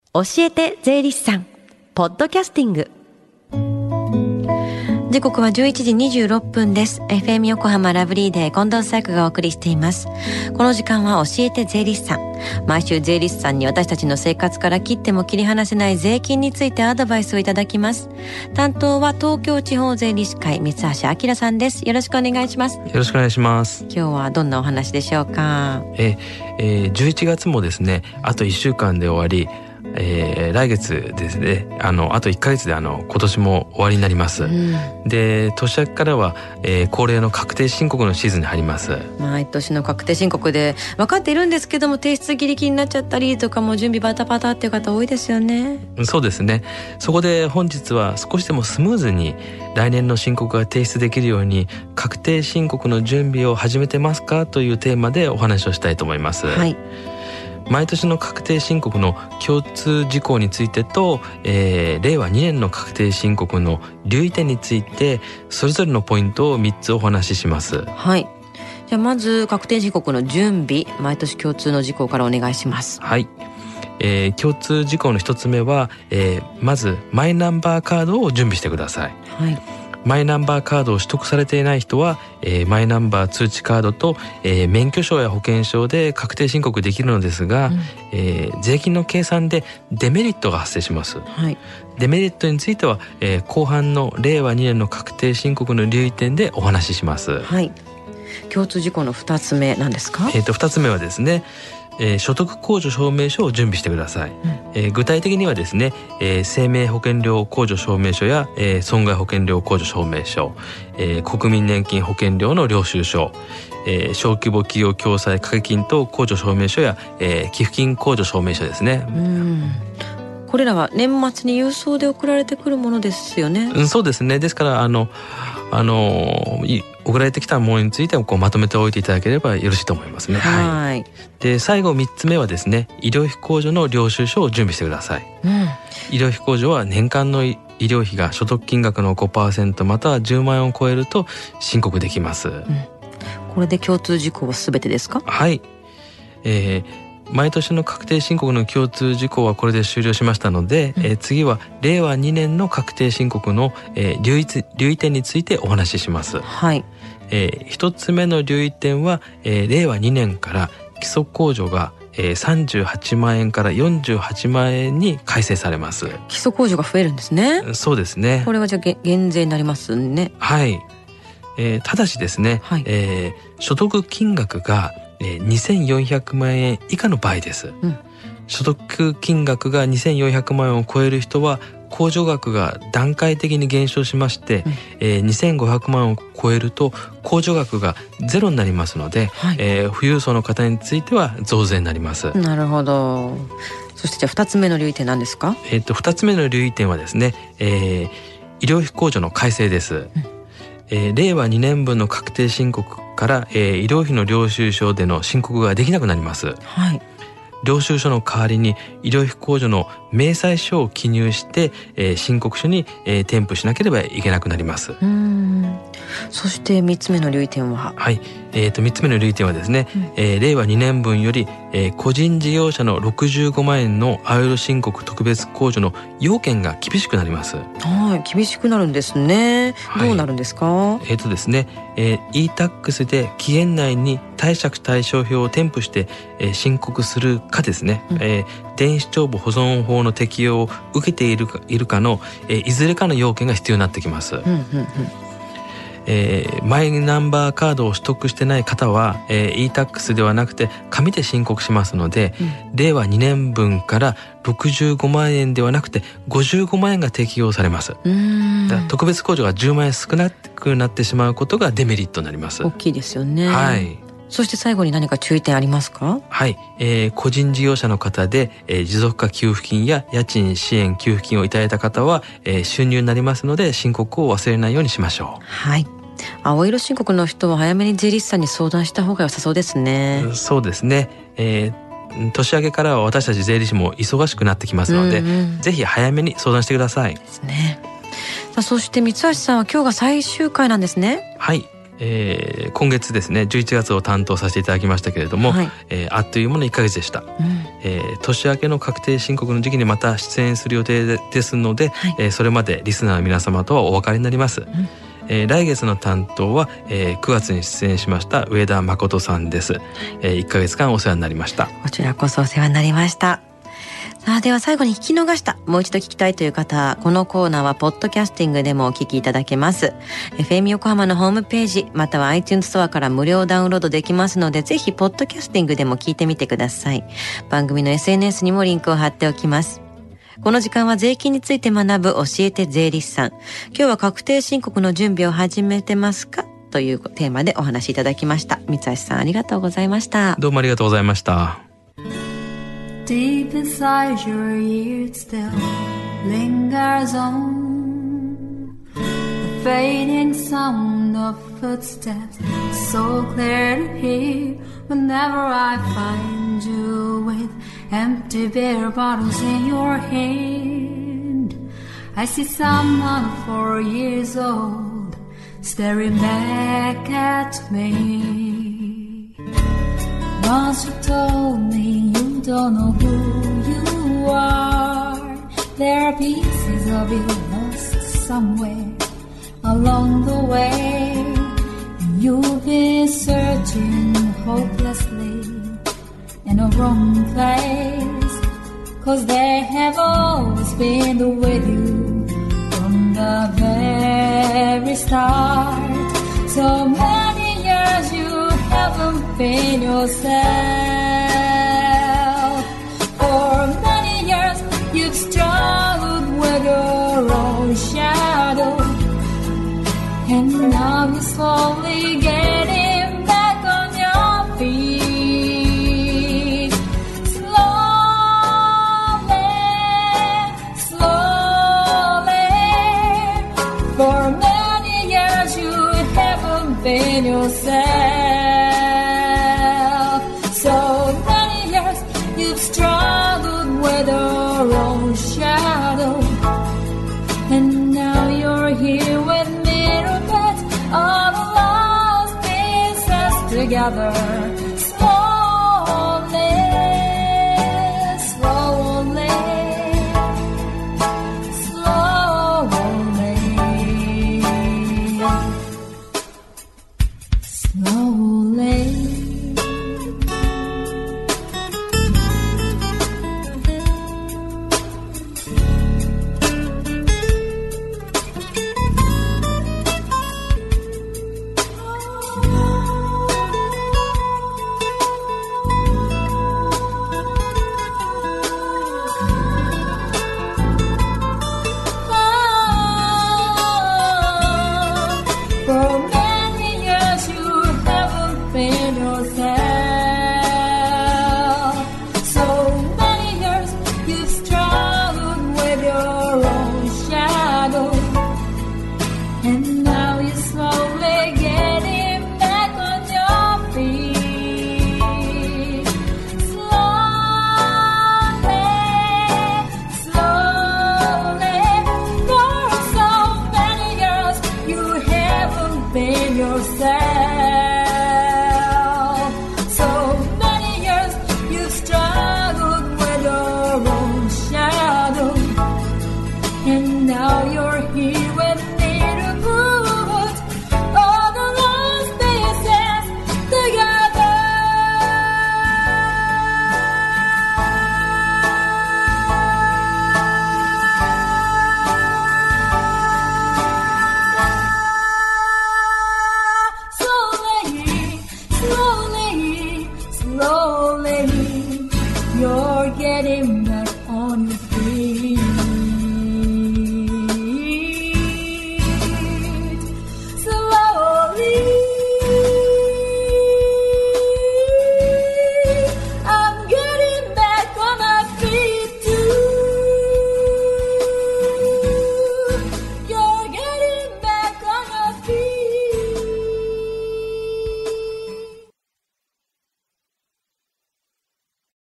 教えて税理士さんポッドキャスティング。時刻は11時26分です。 FM 横浜ラブリーデー近藤紗友香がお送りしています。この時間は教えて税理士さん。毎週税理士さんに私たちの生活から切っても切り離せない税金についてアドバイスをいただきます。担当は東京地方税理士会三橋明さんです。よろしくお願いします。 よろしくお願いします。 今日はどんなお話でしょうか。 11月もですね、あと1週間で終わり、来月ですね、あと1ヶ月で今年も終わりになります、で年明けからは、恒例の確定申告のシーズンに入ります。 毎年の確定申告で分かっているんですけども、提出ギリギリになっちゃったりとか、もう準備バタバタっていう方多いですよね。 そうですね。そこで本日は少しでもスムーズに来年の申告が提出できるように、確定申告の準備を始めてますかというテーマでお話をしたいと思います。はい。毎年の確定申告の共通事項についてと、令和2年の確定申告の留意点について、それぞれのポイントを3つお話しします。 はい。じゃあまず確定申告の準備、毎年共通の事項からお願いします。 はい。共通事項の1つ目は、まずマイナンバーカードを準備してください。はい。マイナンバーカードを取得されていない人は、マイナンバー通知カードと、免許証や保険証で確定申告できるのですが、税金の計算でデメリットが発生します。はい、デメリットについては、後半の令和2年の確定申告の留意点でお話しします。はい、 共通事項の2つ目なんですか ？2つ目はですね、所得控除証明書を準備してください。具体的にはですね、生命保険料控除証明書や、損害保険料控除証明書、国民年金保険料の領収書、小規模企業共済掛け金等控除証明書や、寄付金控除証明書ですね。 これらは年末に郵送で送られてくるものですよね。 そうですね。ですから送られてきたものについてはまとめておいていただければよろしいと思いますね。はい。で最後3つ目はですね、医療費控除の領収書を準備してください。医療費控除は年間の医療費が所得金額の 5% または10万円を超えると申告できます。 これで共通事項は全てですか？ はい。毎年の確定申告の共通事項はこれで終了しましたので、次は令和2年の確定申告の、留意点についてお話しします。はい。1つ目の留意点は、令和2年から基礎控除が、38万円から48万円に改正されます。 基礎控除が増えるんですね。 そうですね。 これはじゃあ減税になりますね。 はい。ただしですね、はい、所得金額が2400万円以下の場合です。所得金額が2400万円を超える人は控除額が段階的に減少しまして、2500万円を超えると控除額がゼロになりますので、はい、富裕層の方については増税になります。 なるほど。そしてじゃあ2つ目の留意点なんですか ？2つ目の留意点はですね、医療費控除の改正です。令和2年分の確定申告から、医療費の領収書での申告ができなくなります。はい。領収書の代わりに医療費控除の明細書を記入して、申告書に、添付しなければいけなくなります。 そして3つ目の留意点は？ はい。3つ目の留意点はですね、令和2年分より、個人事業者の65万円の青色申告特別控除の要件が厳しくなります。 はい、厳しくなるんですね。どうなるんですか？ ですね、e-tax で期限内に貸借対照表を添付して、申告するかですね、電子帳簿保存法の適用を受けているかの、いずれかの要件が必要になってきます。マイナンバーカードを取得してない方は、e-tax ではなくて紙で申告しますので、令和2年分から65万円ではなくて55万円が適用されます。だから特別控除が10万円少なくなってしまうことがデメリットになります。 大きいですよね。 はい。 そして最後に何か注意点ありますか？ はい、個人事業者の方で、持続化給付金や家賃支援給付金をいただいた方は、収入になりますので申告を忘れないようにしましょう。はい。 青色申告の人は早めに税理士さんに相談した方が良さそうですね。 そうですね。年明けからは私たち税理士も忙しくなってきますので、ぜひ早めに相談してください。 ですね。さあ、そして三橋さんは今日が最終回なんですね。 はい。 今月ですね11月を担当させていただきましたけれども、はい、あっという間の1ヶ月でした、年明けの確定申告の時期にまた出演する予定ですので、はい、それまでリスナーの皆様とはお別れになります、来月の担当は、9月に出演しました上田誠さんです、1ヶ月間お世話になりました。 こちらこそお世話になりました。さあでは最後に聞き逃した、もう一度聞きたいという方、このコーナーはポッドキャスティングでもお聞きいただけます。 FM 横浜のホームページまたは iTunes ストアから無料ダウンロードできますので、ぜひポッドキャスティングでも聞いてみてください。番組の SNS にもリンクを貼っておきます。この時間は税金について学ぶ教えて税理士さん。今日は確定申告の準備を始めてますかというテーマでお話しいただきました。三橋さんありがとうございました。 どうもありがとうございました。 Deep inside your ears still lingers on the fading sound of footsteps, so clear to hear whenever I find you with empty beer bottles in your hand. I see someone 4 years old staring back at me.Once you told me you don't know who you are. There are pieces of you lost somewhere along the way. You've been searching hopelessly in a wrong place, 'cause they have always been with you from the very start. So many years you haven't been yourself. For many years you've struggled with your own shadow, and now you're slowly getting back on your feet. Slowly, slowly. For many years you haven't been yourself.So many years you've struggled with your own shadow, and now you're here with me to put all the lost pieces together. Slowly, slowly, slowly, you're getting